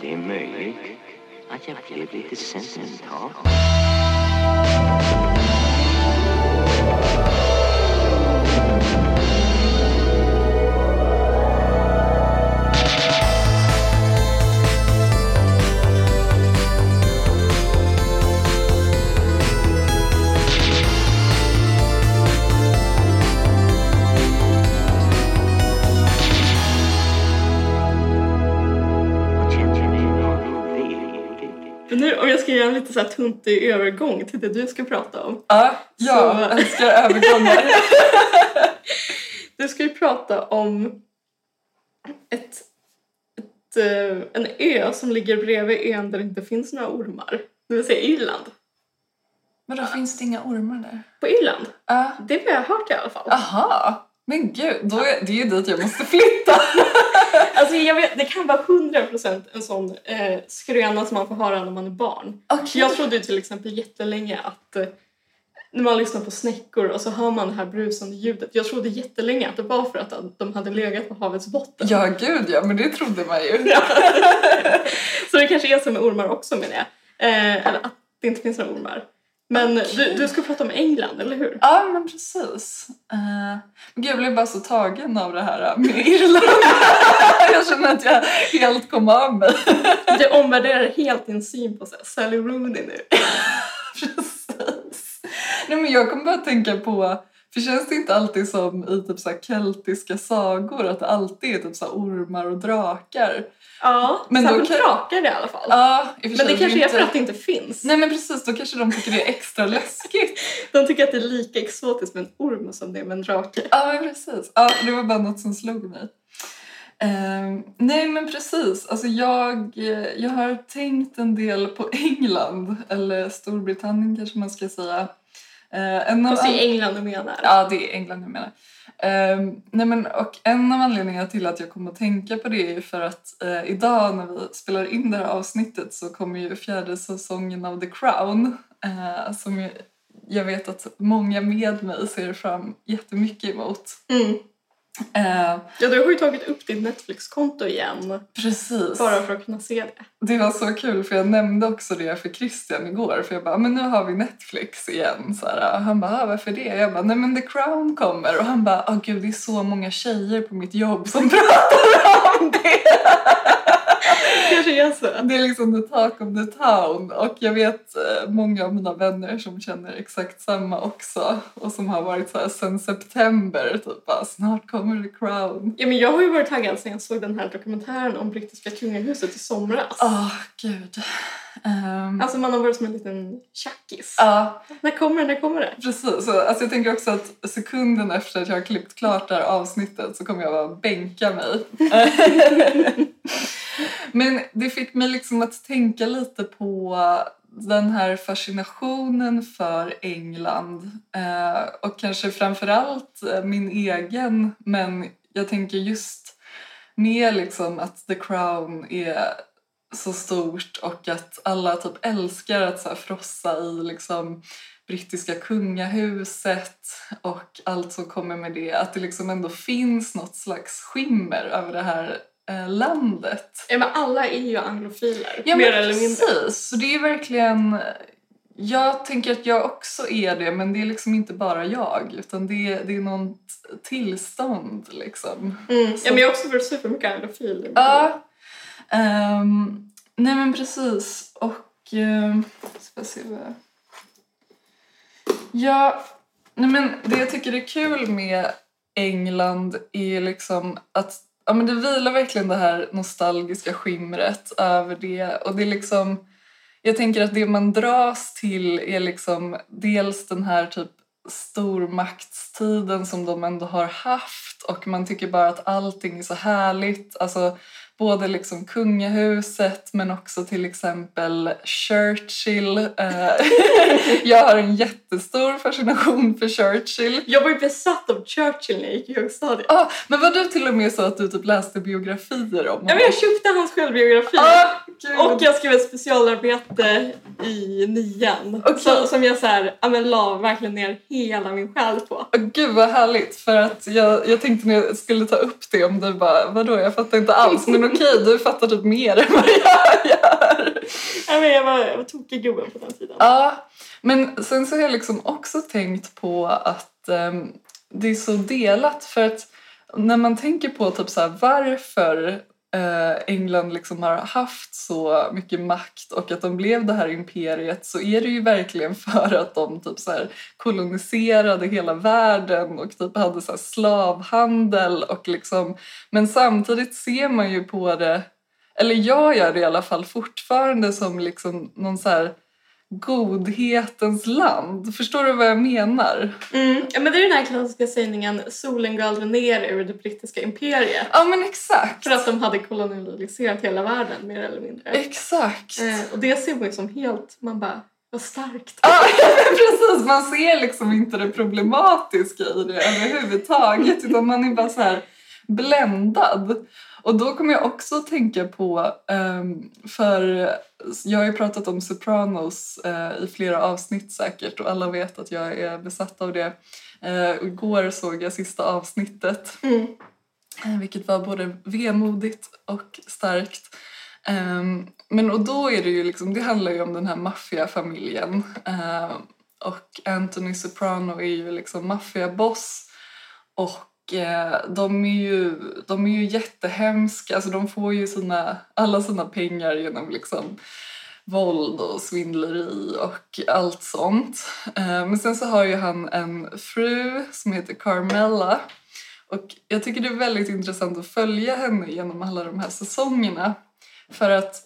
Det är möjligt att jag blev lite sentimental. Nu, om jag ska göra en lite så här tuntig övergång till det du ska prata om. Ja, jag älskar övergångar. Du ska ju prata om en ö som ligger bredvid ön där det inte finns några ormar. Det vill säga Irland. Men då finns det inga ormar där? På Irland? Ja. Det har jag hört i alla fall. Aha, men gud, det är ju dit jag måste flytta. Alltså jag vet, det kan vara 100% en sån skröna som man får höra när man är barn. Okay. Jag trodde ju till exempel jättelänge att när man lyssnar på snäckor och så hör man det här brusande ljudet. Jag trodde jättelänge att det var för att de hade legat på havets botten. Ja, gud ja, men det trodde man ju. Ja. Så det kanske är som med ormar också, menar jag. Eller att det inte finns några ormar. Men okay. du ska prata om England, eller hur? Ja, men precis. Men jag blev bara så tagen av det här med Irland. Jag känner att jag helt kom av mig. Du omvärderar helt din syn på Sally Rooney nu. Precis. Nej, men jag kommer bara tänka på, för känns det inte alltid som i typ så här keltiska sagor att det alltid är typ så här ormar och drakar? Ja, men särskilt drakar det i alla fall. Ja, men det kanske är för att det inte finns. Nej, men precis, då kanske de tycker det är extra läskigt. De tycker att det är lika exotiskt med en orm som det är med en drake. Ja, men precis. Ja, det var bara något som slog mig. Nej, men precis. Alltså jag har tänkt en del på England, eller Storbritannien kanske man ska säga. Fast det är England du menar. Ja, det är England jag menar. Nej, men, och en av anledningarna till att jag kommer att tänka på det är för att idag när vi spelar in det här avsnittet så kommer ju 4:e säsongen av The Crown som jag vet att många med mig ser fram jättemycket emot. Ja, du har ju tagit upp ditt Netflix-konto igen. Precis. Bara för att kunna se det. Det var så kul för jag nämnde också det för Christian igår. För jag bara, men nu har vi Netflix igen. Så här, han bara, varför det? Jag bara, nej men The Crown kommer. Och han bara, gud det är så många tjejer på mitt jobb som pratar om det. Kanske är så. Det är liksom the talk of the town. Och jag vet många av mina vänner som känner exakt samma också. Och som har varit så här sedan september. Typ bara, snart kommer The Crown. Ja, men jag har ju varit taggad sedan jag såg den här dokumentären om brittiska kungahuset i somras. Gud. Alltså man har varit som en liten tjackis. När kommer det? Precis, så, alltså jag tänker också att sekunden efter att jag har klippt klart det här avsnittet så kommer jag bara bänka mig. Men det fick mig liksom att tänka lite på den här fascinationen för England och kanske framförallt min egen, men jag tänker just med liksom att The Crown är så stort och att alla typ älskar att så här frossa i liksom brittiska kungahuset och allt som kommer med det, att det liksom ändå finns något slags skimmer över det här landet. Ja, men alla är ju anglofiler. Ja, mer men eller mindre. Precis, så det är verkligen, jag tänker att jag också är det, men det är liksom inte bara jag, utan det är något tillstånd liksom. Ja, men jag har också varit supermycket anglofil. Ja. Nej men precis. Och ska se vad. Ja, nej men det jag tycker är kul med England är liksom att men det vilar verkligen det här nostalgiska skimret över det. Och det är liksom, jag tänker att det man dras till är liksom dels den här typ stormaktstiden som de ändå har haft, och man tycker bara att allting är så härligt. Alltså både liksom kungahuset men också till exempel Churchill. Jag har en jättestor fascination för Churchill. Jag var ju besatt av Churchill när jag gick i högstadiet. Men var du till och med så att du typ läste biografier om honom? Ja, men jag köpte hans självbiografi. gud. Och jag skrev ett specialarbete i 9:an. Okay. Som jag så här, la verkligen ner hela min själ på. Gud vad härligt, för att jag tänkte när jag skulle ta upp det om du bara, vadå, jag fattar inte alls. Men okej, du fattar typ mer än vad jag gör. Jag var tokig gubben på den tiden. Ja, men sen så har jag liksom också tänkt på att det är så delat, för att när man tänker på typ så här, varför England liksom har haft så mycket makt och att de blev det här imperiet, så är det ju verkligen för att de typ så här koloniserade hela världen och typ hade så här slavhandel och liksom, men samtidigt ser man ju på det, eller jag gör det i alla fall fortfarande, som liksom någon så här godhetens land. Förstår du vad jag menar? Ja, men det är den här klassiska sägningen, solen går aldrig ner ur det brittiska imperiet. Ja, men exakt. För att de hade kolonialiserat hela världen, mer eller mindre. Exakt. Och det ser man ju som helt, man bara, vad starkt. Ja, precis. Man ser liksom inte det problematiska i det överhuvudtaget, utan man är bara så här bländad. Och då kommer jag också att tänka på, för jag har ju pratat om Sopranos i flera avsnitt säkert, och alla vet att jag är besatt av det. Igår såg jag sista avsnittet, vilket var både vemodigt och starkt. Men och då är det ju liksom, det handlar ju om den här maffiafamiljen, och Anthony Soprano är ju liksom maffiaboss, och de är ju jättehemska. Alltså de får ju alla sina pengar genom liksom våld och svindleri och allt sånt. Men sen så har ju han en fru som heter Carmela, och jag tycker det är väldigt intressant att följa henne genom alla de här säsongerna, för att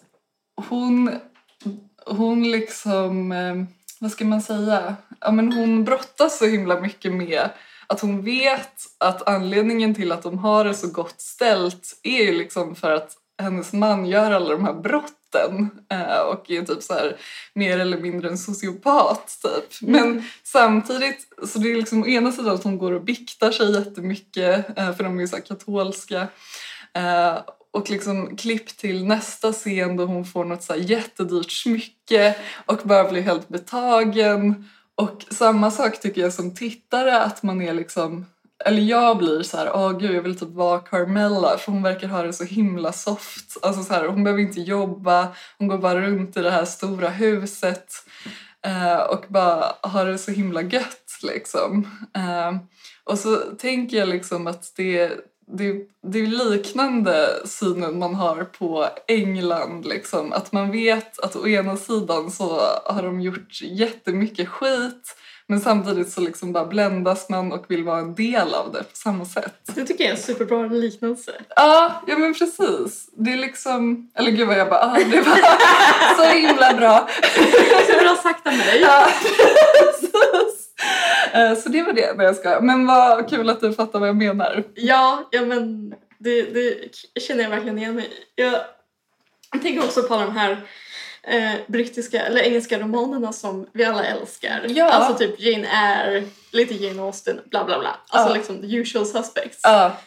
hon liksom, vad ska man säga, ja, men hon brottas så himla mycket med att hon vet att anledningen till att de har det så gott ställt är ju liksom för att hennes man gör alla de här brotten och är typ så här mer eller mindre en sociopat typ. Men samtidigt, så det är liksom å ena sidan att hon går och biktar sig jättemycket, för de är ju så här katolska, och liksom klipp till nästa scen då hon får något så här jättedyrt smycke och bara blir helt betagen. Och samma sak tycker jag som tittare, att man är liksom, eller jag blir så här, gud jag vill typ vara Carmela, för hon verkar ha det så himla soft. Alltså så här, hon behöver inte jobba, hon går bara runt i det här stora huset och bara har det så himla gött liksom. Och så tänker jag liksom att det är liknande synen man har på England liksom, att man vet att å ena sidan så har de gjort jättemycket skit, men samtidigt så liksom bara bländas man och vill vara en del av det på samma sätt. Det tycker jag är en superbra liknelse. Ja men precis. Det är liksom, eller gud vad jag bara, det var så himla bra. Så bra sagt av mig. Ja, precis. Så det var det när jag ska. Men vad kul att du fattar vad jag menar. Ja men det känner jag verkligen igen mig i. Jag tänker också på de här brittiska eller engelska romanerna som vi alla älskar. Ja. Alltså typ Jane Eyre, lite Jane Austen, bla bla bla. Alltså liksom the usual suspects.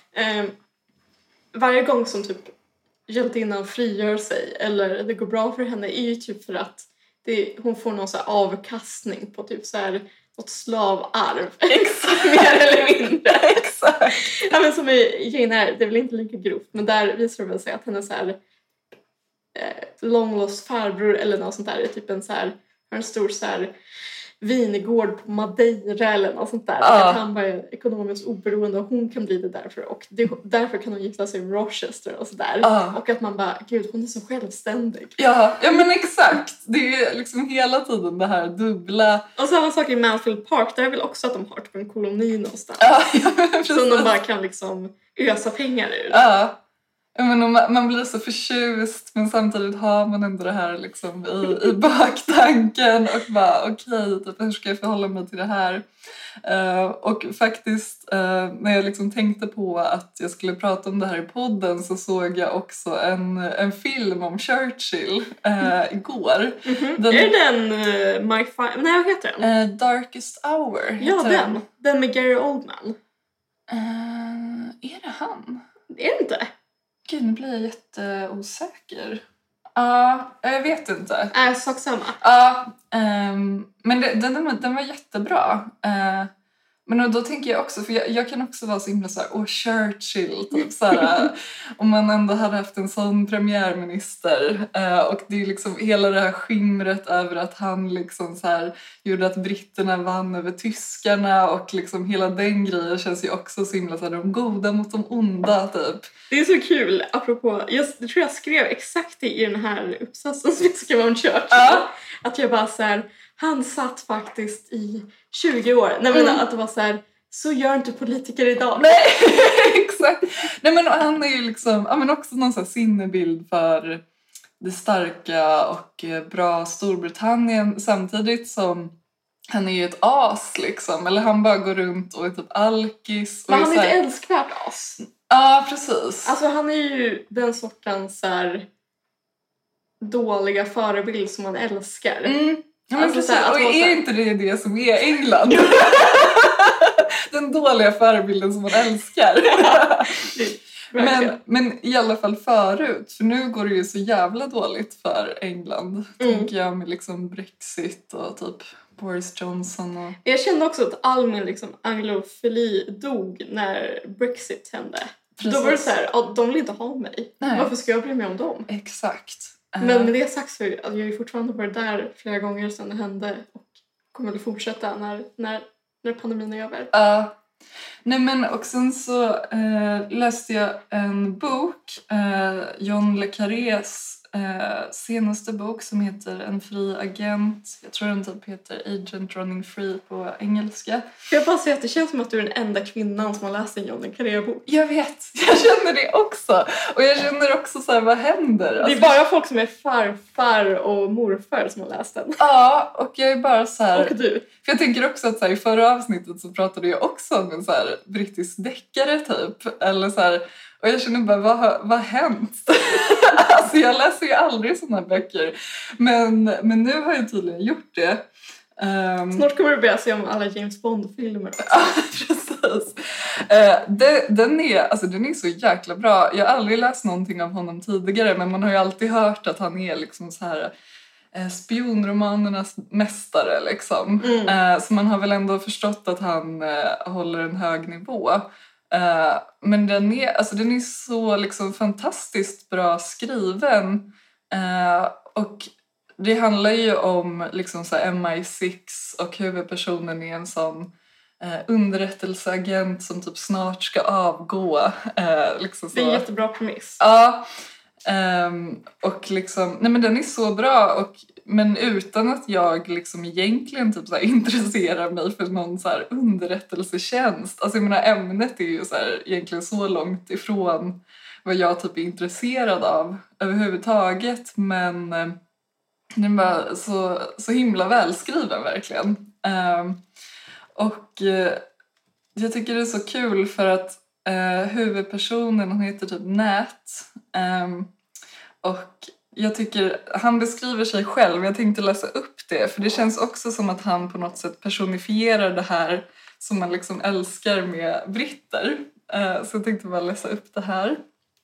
Varje gång som typ hjältinnan frigör sig eller det går bra för henne är ju typ för att hon får någon så här avkastning på typ så här något slavarv. Exakt. Mer eller mindre. Exakt. Ja, men som i Jane Eyre, det är väl inte lika grovt, men där visar det väl sig att hennes så här long lost farbror eller något sånt där är typ en så här, har en stor så här vingård på Madeira eller något sånt där. Att han var ekonomiskt oberoende och hon kan bli det därför. Och därför kan hon gifta sig med Rochester och sådär. Och att man bara, gud hon är så självständig. Ja men exakt. Det är liksom hela tiden det här dubbla. Och samma sak i Mansfield Park. Där är väl också att de har typ en koloni någonstans. Som de bara kan liksom ösa pengar ur. Men man blir så förtjust, men samtidigt har man ändå det här liksom i baktanken och bara okej, typ, hur ska jag förhålla mig till det här? Och faktiskt när jag liksom tänkte på att jag skulle prata om det här i podden så såg jag också en film om Churchill igår. Är den My Fire? Nej, vad heter den? Darkest Hour. Ja, den med Gary Oldman. Är det han? Är det inte? Gud, nu blir jag jätteosäker. Jag vet inte. Sak samma. Men den var jättebra. Men då tänker jag också, för jag kan också vara så himla såhär, Churchill, typ såhär, om man ändå hade haft en sån premiärminister. Och det är liksom hela det här skimret över att han liksom såhär gjorde att britterna vann över tyskarna, och liksom hela den grejen känns ju också så himla såhär, de goda mot de onda, typ. Det är så kul, apropå, jag tror jag skrev exakt det i den här uppsatsen som jag skrev om Churchill. Att jag bara såhär, han satt faktiskt i 20 år. Nej, men att det var så här, så gör inte politiker idag. Nej, exakt. Nej, men han är ju liksom, men också någon sån här sinnebild för det starka och bra Storbritannien, samtidigt som han är ju ett as liksom. Eller han bara går runt och är typ alkis. Men han är ett älskvärt as. Ja, precis. Alltså han är ju den sortens så här dåliga förebild som man älskar. Ja, men alltså, precis. Och är inte det som är England? Den dåliga förebilden som man älskar. men i alla fall förut. För nu går det ju så jävla dåligt för England. Tänker jag, med liksom Brexit och typ Boris Johnson. Och... Jag kände också att all min liksom anglofili dog när Brexit hände. Precis. Då var det så här, de vill inte ha mig. Nej. Varför ska jag bry mig om dem? Exakt. Men med det sagt så jag har ju fortfarande varit där flera gånger sedan det hände och kommer att fortsätta när pandemin är över. Nej, men och sen så läste jag en bok, John le Carrés senaste bok som heter En fri agent. Jag tror den typ heter Agent Running Free på engelska. Får jag bara säga att det känns som att du är den enda kvinnan som har läst en John le Carré-bok. Jag vet, jag känner det också. Och jag känner också så här, vad händer? Det är bara folk som är farfar och morfar som har läst den. Ja, och jag är bara så här... Och du. För jag tänker också att så här, i förra avsnittet så pratade jag också om en så här brittisk deckare typ. Eller så här, och jag känner bara, vad har hänt? Alltså jag läser ju aldrig såna här böcker. Men nu har jag tydligen gjort det. Snart kommer du börja se om alla James Bond-filmer också. Ja, precis. Den är så jäkla bra. Jag har aldrig läst någonting av honom tidigare, men man har ju alltid hört att han är liksom så här spionromanernas mästare liksom. Så man har väl ändå förstått att han håller en hög nivå. Men den är så liksom fantastiskt bra skriven. Och det handlar ju om liksom så här MI6 och huvudpersonen är en sån underrättelseagent som typ snart ska avgå. Liksom så. Det är en jättebra premiss. Ja. Och liksom, nej men den är så bra, men utan att jag liksom egentligen typ så här intresserar mig för någon så här underrättelsetjänst. Alltså jag menar, ämnet är ju så här egentligen så långt ifrån vad jag typ är intresserad av överhuvudtaget, men den var så himla välskriven verkligen. Och jag tycker det är så kul för att huvudpersonen, hon heter typ Nat, och jag tycker han beskriver sig själv. Jag tänkte läsa upp det, för det känns också som att han på något sätt personifierar det här som man liksom älskar med britter. Så jag tänkte bara läsa upp det här.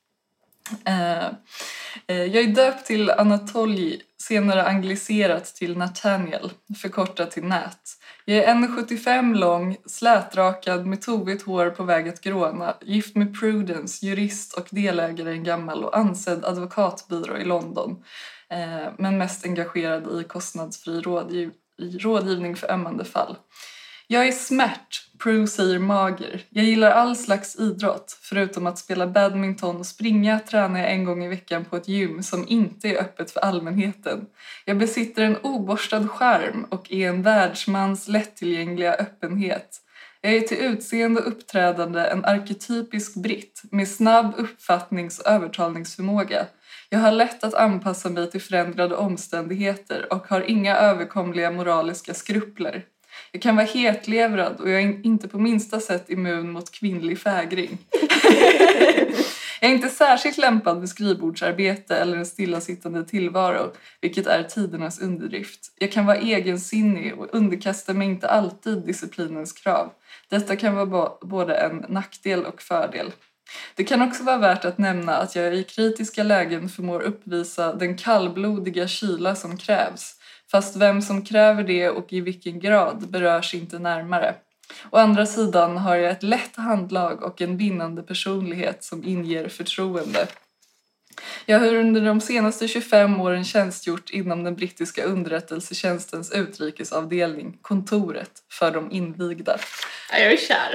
Jag är döpt till Anatoly, senare angliserat till Nathaniel, förkortat till Nat. Jag är 1,75 lång, slätrakad med tovigt hår på väg att gråna, gift med Prudence, jurist och delägare i en gammal och ansedd advokatbyrå i London, men mest engagerad i kostnadsfri rådgivning för ömmande fall. Jag är smärt, Prue säger mager. Jag gillar all slags idrott. Förutom att spela badminton och springa tränar jag en gång i veckan på ett gym som inte är öppet för allmänheten. Jag besitter en oborstad charm och är en världsmans lättillgängliga öppenhet. Jag är till utseende och uppträdande en arketypisk britt med snabb uppfattnings- och övertalningsförmåga. Jag har lätt att anpassa mig till förändrade omständigheter och har inga överkomliga moraliska skrupler. Jag kan vara hetlevrad och jag är inte på minsta sätt immun mot kvinnlig fägring. Jag är inte särskilt lämpad för skrivbordsarbete eller en stillasittande tillvaro, vilket är tidernas underdrift. Jag kan vara egensinnig och underkasta mig inte alltid disciplinens krav. Detta kan vara både en nackdel och fördel. Det kan också vara värt att nämna att jag i kritiska lägen förmår uppvisa den kallblodiga kyla som krävs, fast vem som kräver det och i vilken grad berörs inte närmare. Å andra sidan har jag ett lätt handlag och en vinnande personlighet som inger förtroende. Jag har under de senaste 25 åren tjänstgjort inom den brittiska underrättelsetjänstens utrikesavdelning, kontoret för de invigda. Jag är kär.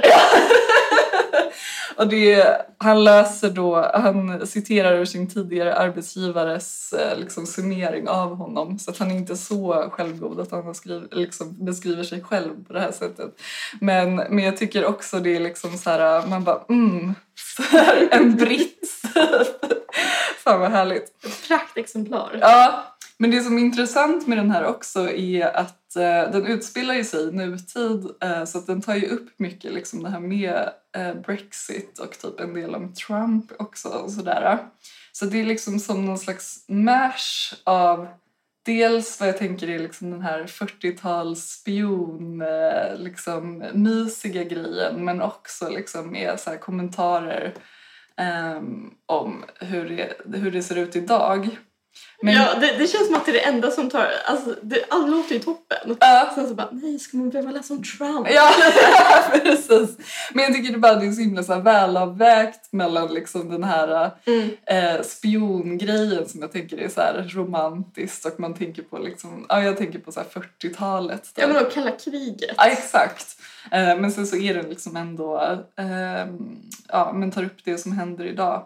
Och han citerar ur sin tidigare arbetsgivares liksom, summering av honom. Så att han är inte så självgod att han beskriver sig själv på det här sättet. Men jag tycker också det är liksom så här, man bara en britt. Fan vad härligt. Ett praktexemplar. Ja, men det som är intressant med den här också är att den utspelar sig i nutid, så att den tar ju upp mycket liksom det här med Brexit och typ en del om Trump också och sådär. Så det är liksom som någon slags mash av dels vad jag tänker är liksom den här 40-tals spion liksom mysiga grejen, men också liksom med så här kommentarer om hur det ser ut idag. Men... Ja, det känns som att det är det enda som tar... Alltså, alla låter ju toppen. Sen så bara, nej, ska man behöva läsa om Trump? Ja, precis. Men jag tycker det är så himla så här välavvägt mellan liksom den här spiongrejen som jag tänker är så här romantiskt. Och man tänker på liksom... Ja, jag tänker på så här 40-talet. Ja, men kalla kriget. Ja, exakt. Men sen så är den liksom ändå... men tar upp det som händer idag.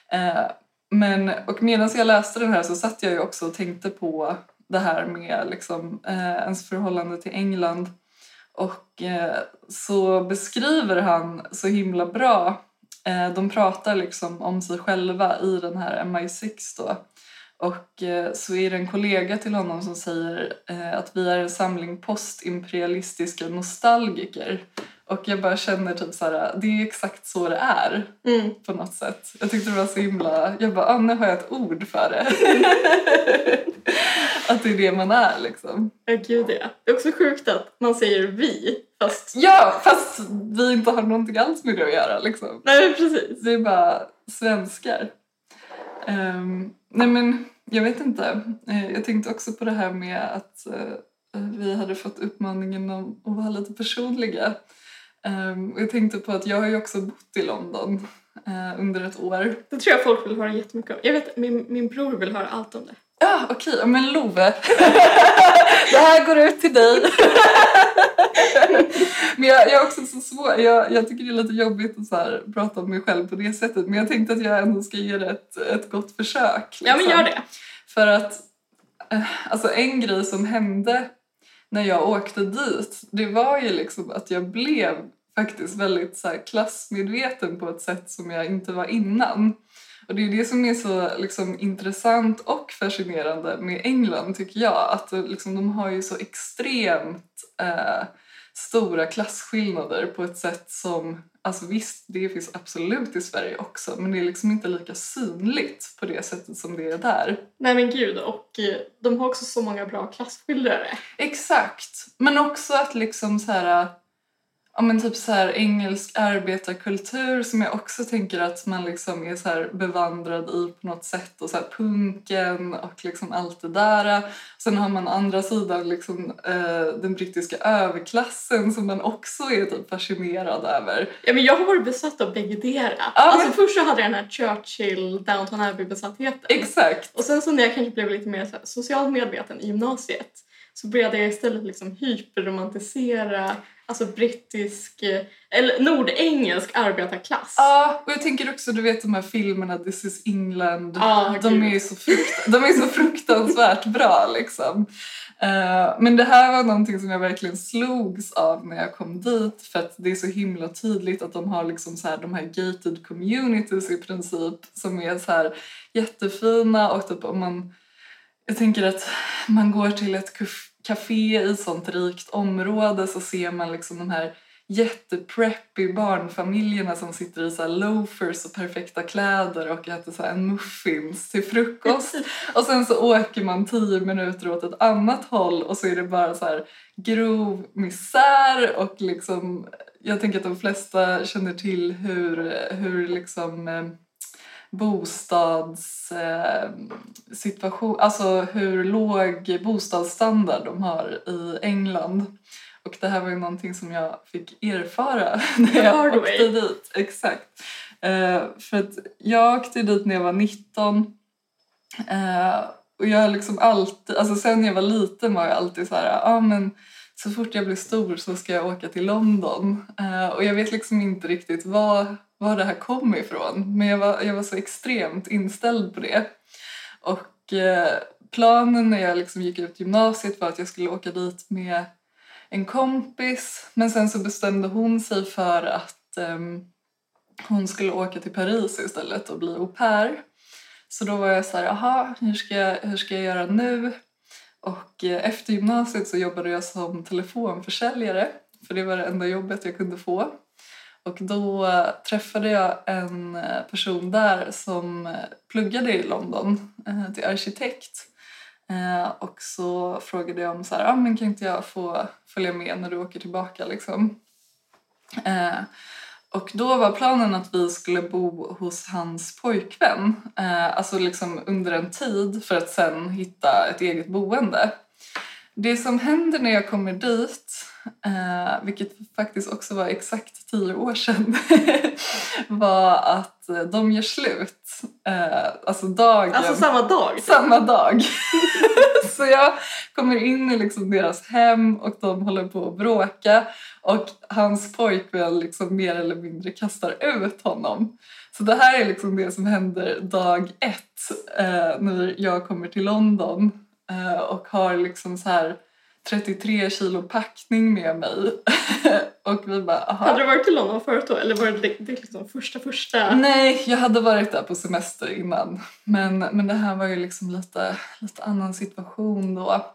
Och medan jag läste den här så satt jag ju också och tänkte på det här med liksom, ens förhållande till England. Och så beskriver han så himla bra. De pratar liksom om sig själva i den här MI6 då. Och så är det en kollega till honom som säger att vi är en samling postimperialistiska nostalgiker. Och jag bara känner typ såhär, det är exakt så det är på något sätt. Jag tyckte det var så himla, jag bara, nu har jag ett ord för det. Att det är det man är liksom. Ja, gud ja. Det är också sjukt att man säger vi, fast... Ja, fast vi inte har någonting alls med det att göra liksom. Nej, precis. Det är bara svenskar. Nej men, jag vet inte. Jag tänkte också på det här med att vi hade fått uppmaningen om att vara lite personliga. Och jag tänkte på att jag har ju också bott i London under ett år. Det tror jag folk vill höra jättemycket om. Jag vet, min bror vill höra allt om det. Ja, okej. Men Love, det här går ut till dig. Men jag är också så svår. Jag tycker det är lite jobbigt att så här prata om mig själv på det sättet. Men jag tänkte att jag ändå ska ge det ett gott försök. Liksom. Ja, men gör det. För att alltså en grej som hände när jag åkte dit, det var ju liksom att jag blev faktiskt väldigt så här klassmedveten på ett sätt som jag inte var innan. Och det är det som är så liksom intressant och fascinerande med England tycker jag. Att liksom, de har ju så extremt stora klasskillnader på ett sätt som, alltså visst det finns absolut i Sverige också. Men det är liksom inte lika synligt på det sättet som det är där. Nej men gud, och de har också så många bra klassskildrare. Exakt, men också att liksom så här... Ja men typ så här engelsk arbetarkultur som jag också tänker att man liksom är så här bevandrad i på något sätt och så här punken och liksom allt det där. Sen har man andra sidan liksom den brittiska överklassen som man också är typ fascinerad över. Ja men jag har varit besatt av bäggedera. Alltså först så hade jag den här Churchill, Downton Abbey-besattheten. Exakt. Och sen så när jag kanske blev lite mer så här socialt medveten i gymnasiet så började jag istället liksom hyperromantisera alltså brittisk eller nordengelsk arbetarklass. Ja, och jag tänker också, du vet de här filmerna This is England, de är så fruktansvärt bra liksom. Men det här var någonting som jag verkligen slogs av när jag kom dit, för att det är så himla tydligt att de har liksom så här, de här gated communities i princip som är så här jättefina, och typ om jag tänker att man går till ett café i sånt rikt område så ser man liksom de här jättepreppy barnfamiljerna som sitter i så här loafers och perfekta kläder och äter så här en muffins till frukost. Och sen så åker man 10 minuter åt ett annat håll och så är det bara så här grov misär och liksom jag tänker att de flesta känner till hur liksom bostadssituation, alltså hur låg bostadsstandard de har i England. Och det här var ju någonting som jag fick erfara när jag åkte dit. Exakt. För att jag åkte dit när jag var 19. Och jag har liksom alltid, alltså sen jag var liten var jag alltid så här, men så fort jag blir stor så ska jag åka till London. Och jag vet liksom inte riktigt var det här kom ifrån. Men jag var så extremt inställd på det. Och planen när jag liksom gick ut gymnasiet var att jag skulle åka dit med en kompis. Men sen så bestämde hon sig för att hon skulle åka till Paris istället och bli au pair. Så då var jag så här, hur ska jag göra nu? Och efter gymnasiet så jobbade jag som telefonförsäljare. För det var det enda jobbet jag kunde få. Och då träffade jag en person där som pluggade i London till arkitekt. Och så frågade jag om så här, men kan inte jag få följa med när du åker tillbaka liksom. Och då var planen att vi skulle bo hos hans pojkvän. Alltså liksom under en tid för att sen hitta ett eget boende. Det som händer när jag kommer dit, vilket faktiskt också var exakt 10 år sedan, var att de gör slut. Alltså samma dag? Samma dag. Så jag kommer in i liksom deras hem och de håller på att bråka. Och hans pojkvän liksom mer eller mindre kastar ut honom. Så det här är liksom det som händer dag 1 när jag kommer till London. Och har liksom så här 33 kilo packning med mig. Och vi bara, aha. Hade du varit i London förut då? Eller var det liksom första? Nej, jag hade varit där på semester innan. Men det här var ju liksom lite annan situation då.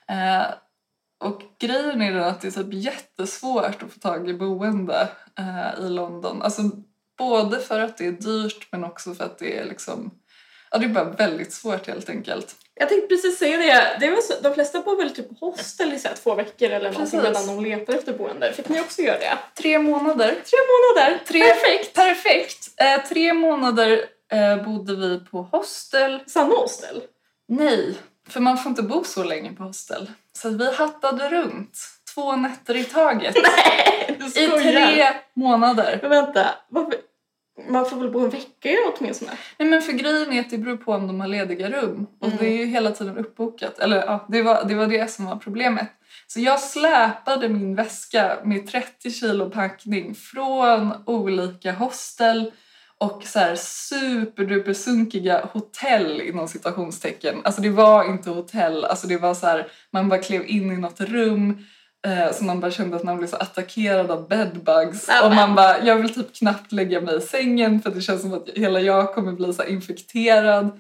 Och grejen är att det är typ jättesvårt att få tag i boende i London. Alltså både för att det är dyrt men också för att det är liksom... Ja, det är bara väldigt svårt helt enkelt. Jag tänkte precis säga det. Det är väl så, de flesta bor väl typ på hostel i 2 veckor eller någonting medan de letar efter boende. Fick ni också göra det? 3 månader. 3 månader? Perfekt. 3 månader bodde vi på hostel. Samma hostel? Nej, för man får inte bo så länge på hostel. Så vi hattade runt 2 nätter i taget. Nej, du skojar. I 3 månader. Men vänta, varför? Man får väl bo en vecka åtminstone? Nej, men för grejen är att det beror på om de har lediga rum. Och det är ju hela tiden uppbokat. Eller ja, det var det som var problemet. Så jag släpade min väska med 30 kilo packning från olika hostel och så här superduper sunkiga hotell inom citationstecken. Alltså det var inte hotell, alltså det var så här, man bara klev in i något rum så man bara kände att man blev så attackerad av bedbugs. Och man bara, jag vill typ knappt lägga mig i sängen för det känns som att hela jag kommer bli så här infekterad.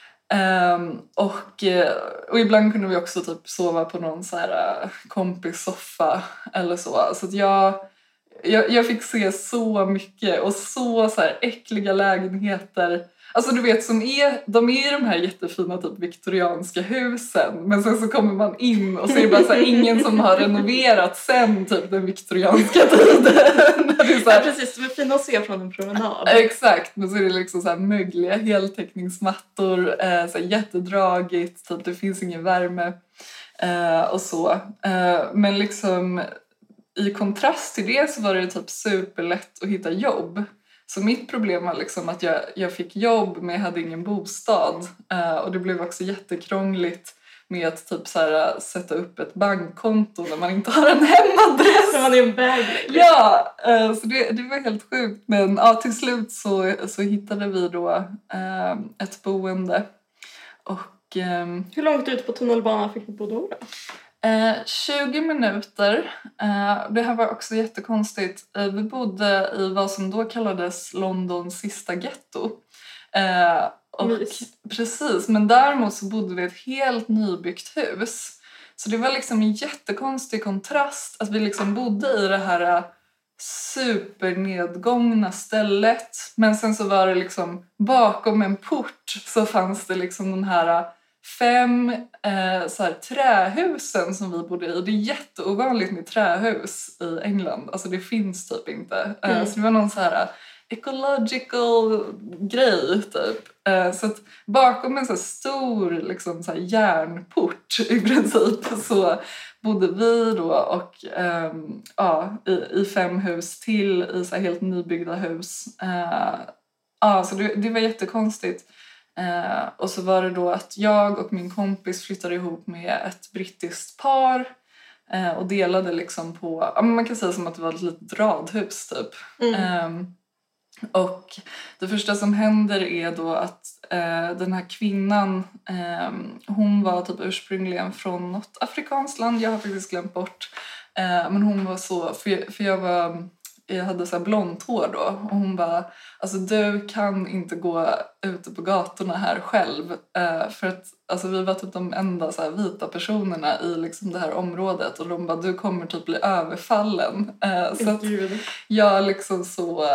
Och ibland kunde vi också typ sova på någon så här kompissoffa eller så. Så att jag fick se så mycket och så här äckliga lägenheter. Alltså du vet, de är de här jättefina typ viktorianska husen. Men sen så kommer man in och så är det bara så här, ingen som har renoverat sen typ den viktorianska tiden. Det är så här, ja, precis, det är fint att se från en promenad. Exakt, men så är det liksom så här mögliga heltäckningsmattor, så här jättedragigt, typ det finns ingen värme och så. Men liksom i kontrast till det så var det typ superlätt att hitta jobb. Så mitt problem var liksom att jag fick jobb men jag hade ingen bostad. Och det blev också jättekrångligt med att typ så här, sätta upp ett bankkonto när man inte har en hemadress. När man är en bag. Ja, så det var helt sjukt. Men ja, till slut så hittade vi då ett boende. Och, hur långt ut på tunnelbanan fick du bo då? 20 minuter. Det här var också jättekonstigt. Vi bodde i vad som då kallades Londons sista ghetto. Precis, men däremot så bodde vi i ett helt nybyggt hus. Så det var liksom en jättekonstig kontrast att vi liksom bodde i det här supernedgångna stället. Men sen så var det liksom bakom en port så fanns det liksom den här 5 så här, trähusen som vi bodde i. Det är jätteovanligt med trähus i England. Alltså det finns typ inte. Så det var någon så här ecological grej typ. Så att bakom en så här stor liksom, så här järnport i princip så bodde vi då och i 5 hus till i så här helt nybyggda hus. Så det var jättekonstigt. Och så var det då att jag och min kompis flyttade ihop med ett brittiskt par och delade liksom på, man kan säga som att det var ett litet radhus typ. Och det första som händer är då att den här kvinnan, hon var typ ursprungligen från något afrikanskt land, jag har faktiskt glömt bort. Men hon var så, för jag hade så här blont hår då och hon bara, alltså du kan inte gå ute på gatorna här själv för att alltså, vi var typ de enda så här vita personerna i liksom det här området och de bara, du kommer typ bli överfallen. Så att jag liksom så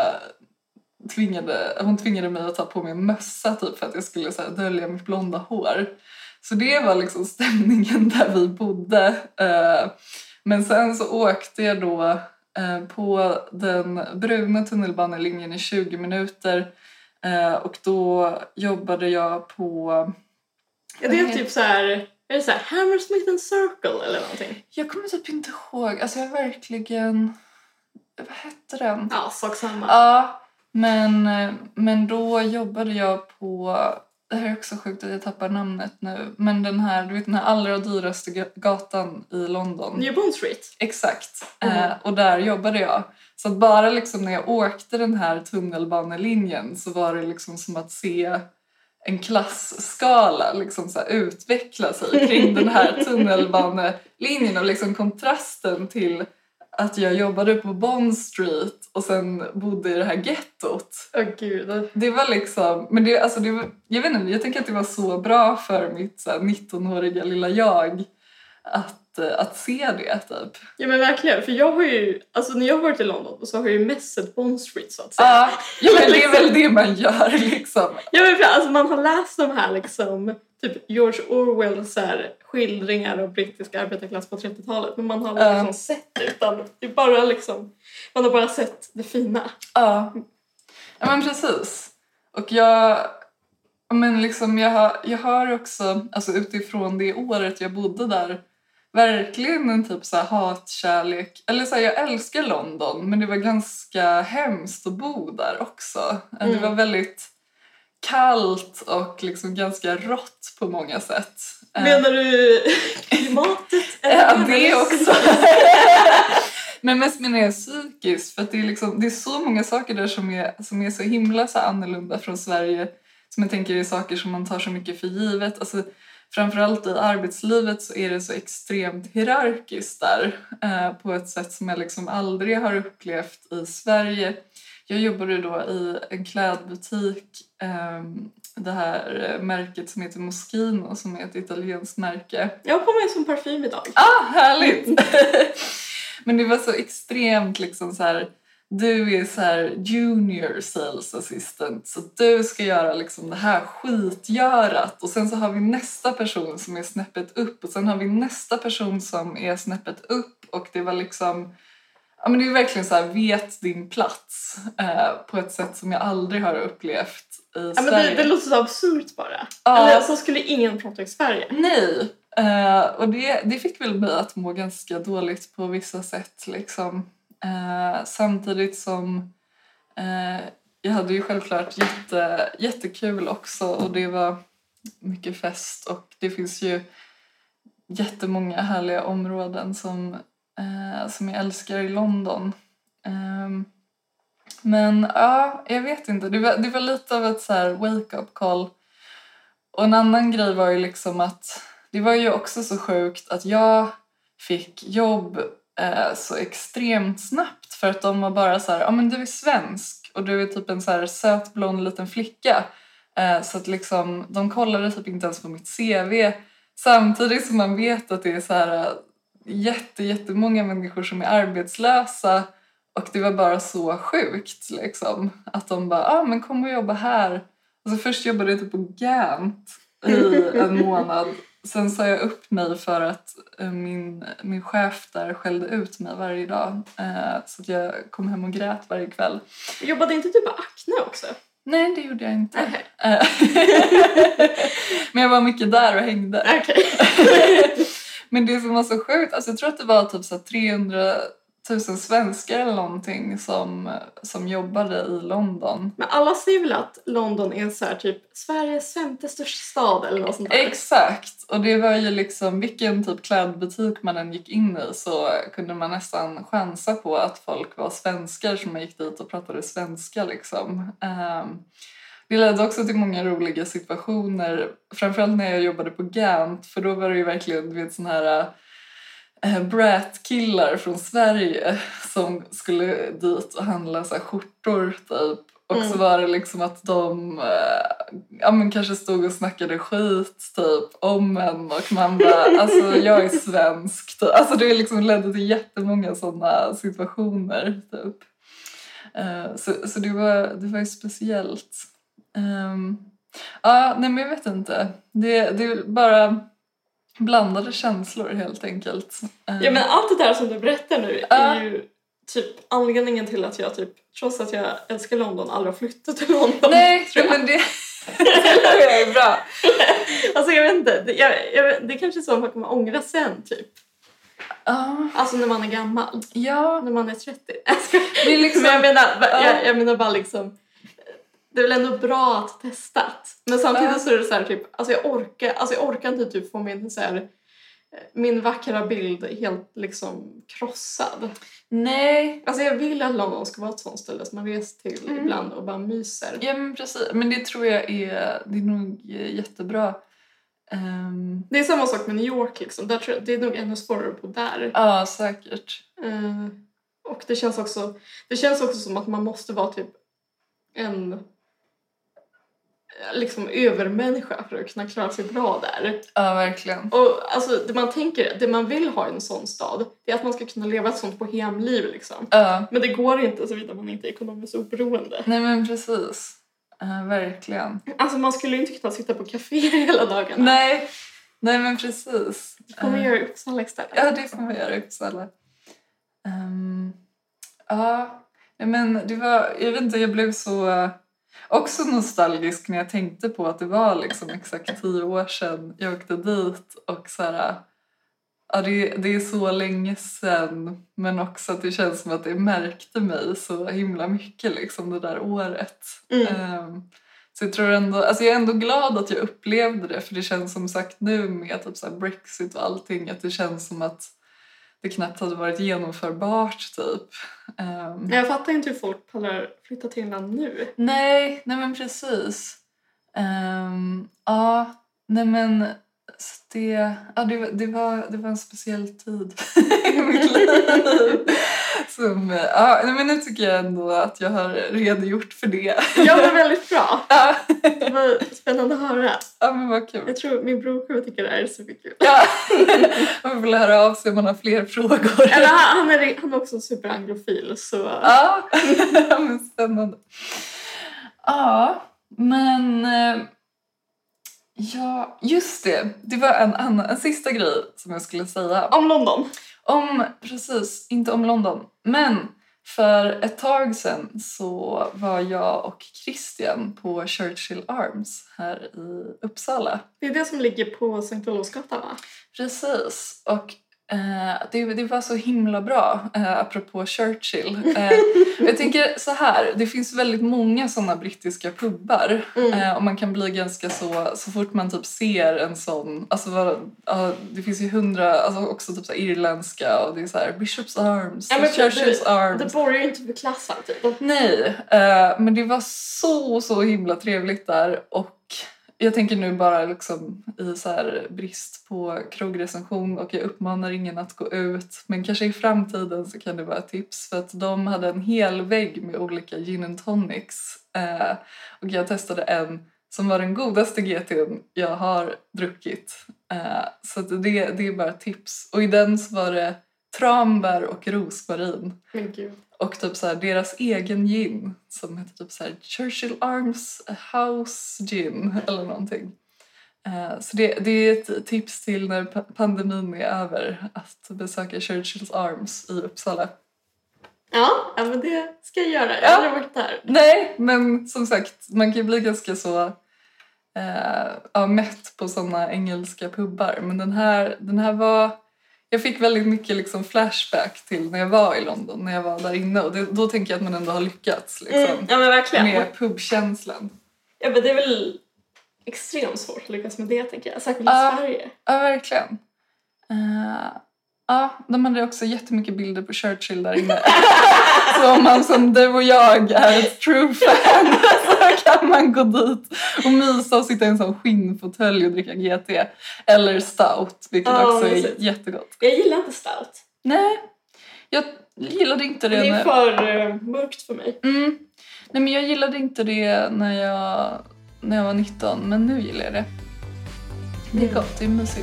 hon tvingade mig att ta på mig en mössa typ för att jag skulle så här, dölja mitt blonda hår. Så det var liksom stämningen där vi bodde. Men sen så åkte jag då på den bruna tunnelbanelinjen i 20 minuter och då jobbade jag på... Ja, det är typ så här, är det så här Hammersmith and Circle eller någonting? Jag kommer typ inte ihåg, alltså jag verkligen... Vad hette den? Ja, sak samma. Ja, men då jobbade jag på... Det här är också sjukt att jag tappar namnet nu. Men den här, du vet den här allra dyraste gatan i London. New Bond Street. Exakt. Och där jobbade jag. Så att bara liksom när jag åkte den här tunnelbanelinjen så var det liksom som att se en klassskala liksom så här utveckla sig kring den här tunnelbanelinjen. Och liksom kontrasten till att jag jobbade på Bond Street och sen bodde i det här gettot. Gud. Det var liksom, men det, alltså det var, jag vet inte, jag tänker att det var så bra för mitt så här 19-åriga lilla jag att se det typ. Ja men verkligen, för jag har ju, alltså när jag har varit i London så har jag ju mest sett Bond Street så att säga. Ja men det är väl det man gör liksom. Ja men för, alltså man har läst de här liksom, typ George Orwells här skildringar av brittisk arbetarklass på 30-talet. Men man har liksom sett det utan det är bara liksom, man har bara sett det fina. Ja men precis. Och jag har också, alltså utifrån det året jag bodde där, verkligen en typ så här hatkärlek. Eller så här, jag älskar London men det var ganska hemskt att bo där också. Det var väldigt kallt och liksom ganska rått på många sätt. Menar du klimatet? Ja, det också. Men mest menar jag psykiskt. För att det är så många saker där som är så himla så annorlunda från Sverige. Som jag tänker är saker som man tar så mycket för givet. Alltså, framförallt i arbetslivet så är det så extremt hierarkiskt där. På ett sätt som jag liksom aldrig har upplevt i Sverige. Jag jobbade då i en klädbutik. Det här märket som heter Moschino som är ett italienskt märke. Jag har på mig som parfym idag. Härligt! Men det var så extremt liksom så här. Du är så här junior sales assistant så du ska göra liksom det här skitgörat och sen så har vi nästa person som är snäppet upp och sen har vi nästa person som är snäppet upp och det var liksom, ja men det är verkligen så här, vet din plats på ett sätt som jag aldrig har upplevt i Sverige. Men det låter så absurt bara. Eller så skulle ingen prata i Sverige. Nej, och det fick väl mig att må ganska dåligt på vissa sätt liksom. Samtidigt som jag hade ju självklart jättekul också och det var mycket fest och det finns ju jättemånga härliga områden som jag älskar i London. Men ja, jag vet inte. Det var lite av ett så här wake-up call. Och en annan grej var ju liksom att det var ju också så sjukt att jag fick jobb så extremt snabbt för att de var bara så här, ja men du är svensk och du är typ en så här söt blond liten flicka. Så att liksom de kollade typ inte ens på mitt CV samtidigt som man vet att det är så här jättemånga människor som är arbetslösa och det var bara så sjukt liksom att de bara, men kom och jobba här. Alltså först jobbade jag typ på Gant i en månad. Sen sa jag upp mig för att min chef där skällde ut mig varje dag. Så att jag kom hem och grät varje kväll. Jobbade inte du på Acne också? Nej, det gjorde jag inte. Men jag var mycket där och hängde. Okej. Men det som var så sjukt, alltså jag tror att det var typ så 300 000 svenskar eller någonting som jobbade i London. Men alla säger väl att London är så här typ Sveriges 5:e största stad eller något sånt där. Exakt, och det var ju liksom vilken typ klädbutik man än gick in i så kunde man nästan chansa på att folk var svenskar som man gick dit och pratade svenska liksom. Det ledde också till många roliga situationer, framförallt när jag jobbade på Gant, för då var det ju verkligen, du vet, sån här brat-killar från Sverige som skulle dit och handla så här skjortor typ. Och så var det liksom att de men kanske stod och snackade skit typ om en och man bara, alltså jag är svensk typ. Alltså det liksom ledde till jättemånga sådana situationer typ. Så det var ju speciellt. Nej men jag vet inte. Det är bara blandade känslor helt enkelt. Ja, men allt det där som du berättar nu är ju typ anledningen till att jag typ, trots att jag älskar London, aldrig har flyttat till London. Nej, men det är bra. Alltså jag vet inte, det är kanske så att man kommer ångra sen typ. Alltså när man är gammal. Ja. När man är 30. Det är liksom, men jag menar bara liksom, det är väl ändå bra att testat. Men samtidigt så är det så här typ, alltså jag orkar inte typ få min vackra bild helt liksom krossad. Nej. Alltså jag vill att London ska vara ett sånt ställe som man reser till ibland och bara myser. Ja men precis, men det tror jag är nog jättebra. Det är samma sak med New York liksom. Där tror jag, det är nog ännu svårare på där. Ja, säkert. Och det känns också som att man måste vara typ en liksom övermänniska för att kunna klara sig bra där. Ja, verkligen. Och alltså det man vill ha i en sån stad, det är att man ska kunna leva ett sånt bohemliv liksom. Men det går inte såvida man inte är ekonomiskt oberoende. Nej men precis. Verkligen. Alltså man skulle inte kunna sitta på café hela dagarna. Nej men precis. Det får man göra i Uppsala istället. Ja, det får man göra i Uppsala. Men det var, jag vet inte, jag blev så också nostalgisk när jag tänkte på att det var liksom exakt 10 år sedan jag åkte dit och så här, det är så länge sedan, men också att det känns som att det märkte mig så himla mycket liksom det där året. Så jag tror ändå, alltså jag är ändå glad att jag upplevde det, för det känns som sagt nu med typ så här Brexit och allting att det känns som att det knappt hade varit genomförbart typ. Jag fattar inte hur folk pallar flytta till England nu. Nej men precis. Nej men det var en speciell tid i mitt liv. Men nu tycker jag ändå att jag har redogjort för det. Ja, men väldigt bra. Det var spännande att höra. Ja, men vad kul. Jag tror min bror kommer tycka det här är superkul. Ja, man vill höra av sig om man har fler frågor. Eller han är också superanglofil, så... Ja, men spännande. Ja, men... Ja, just det. Det var en sista grej som jag skulle säga. Om London. Precis, inte om London. Men för ett tag sedan så var jag och Christian på Churchill Arms här i Uppsala. Det är det som ligger på Sankt Olofsgatan, va? Precis, och det var så himla bra, apropå Churchill. Jag tänker så här, det finns väldigt många sådana brittiska pubbar. Och man kan bli ganska så fort man typ ser en sån, alltså det finns ju 100, alltså också typ så irländska, och det är så här Bishop's Arms, Churchill's Arms. Det borgar ju inte för klass alltid. Nej, men det var så himla trevligt där, och jag tänker nu bara liksom i så här brist på krogrecension, och jag uppmanar ingen att gå ut. Men kanske i framtiden så kan det vara ett tips. För att de hade en hel vägg med olika gin and tonics. Och jag testade en som var den godaste GT:n jag har druckit. Så att det är bara ett tips. Och i den så var det tranbär och rosmarin. Men gud. Och typ så här, deras egen gin som heter typ så här Churchill Arms House Gin eller någonting. Så det är ett tips till när pandemin är över, att besöka Churchills Arms i Uppsala. Ja, men det ska jag göra. Jag har aldrig varit där. Nej, men som sagt, man kan ju bli ganska så mätt på såna engelska pubbar. Men den här var... Jag fick väldigt mycket liksom flashback till när jag var i London, när jag var där inne. Och då tänker jag att man ändå har lyckats liksom, ja, men verkligen. med pubkänslan. Ja, men det är väl extremt svårt att lyckas med det, tänker jag. Särskilt i Sverige. Ja, verkligen. De hade också jättemycket bilder på Churchill där inne. Så om man som du och jag är ett true fan så kan man gå dit och mysa och sitta i en sån skinnfåtölj och dricka GT. Eller stout, vilket också är jättegott. Jag gillar inte stout. Nej, jag gillade inte det. Det är för mörkt för mig. Nej, men jag gillade inte det när jag var 19, men nu gillar jag det. Det är gott, det är mysigt.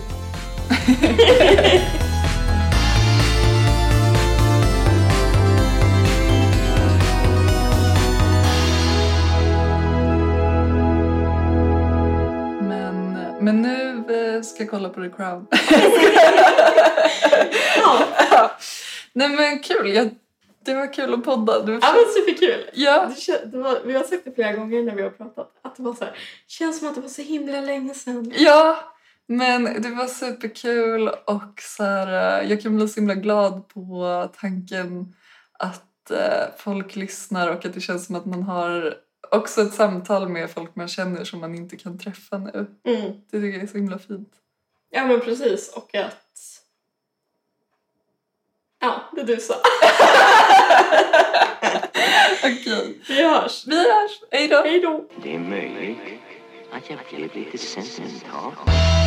Men nu ska jag kolla på The Crown. Ja. Nej, men kul. Det var kul att podda. Ja, men superkul. Ja. Vi har sagt det flera gånger när vi har pratat. Att det var så här, känns som att det var så himla länge sedan. Ja, men det var superkul. Och så här, jag kan bli så himla glad på tanken att folk lyssnar. Och att det känns som att man har också ett samtal med folk man känner som man inte kan träffa nu. Det tycker jag är så himla fint. Ja, men precis. Och att... Ja, det du sa. Okej. Vi hörs. Hej då. Hej då. Det är möjligt att jag blev lite sentimental.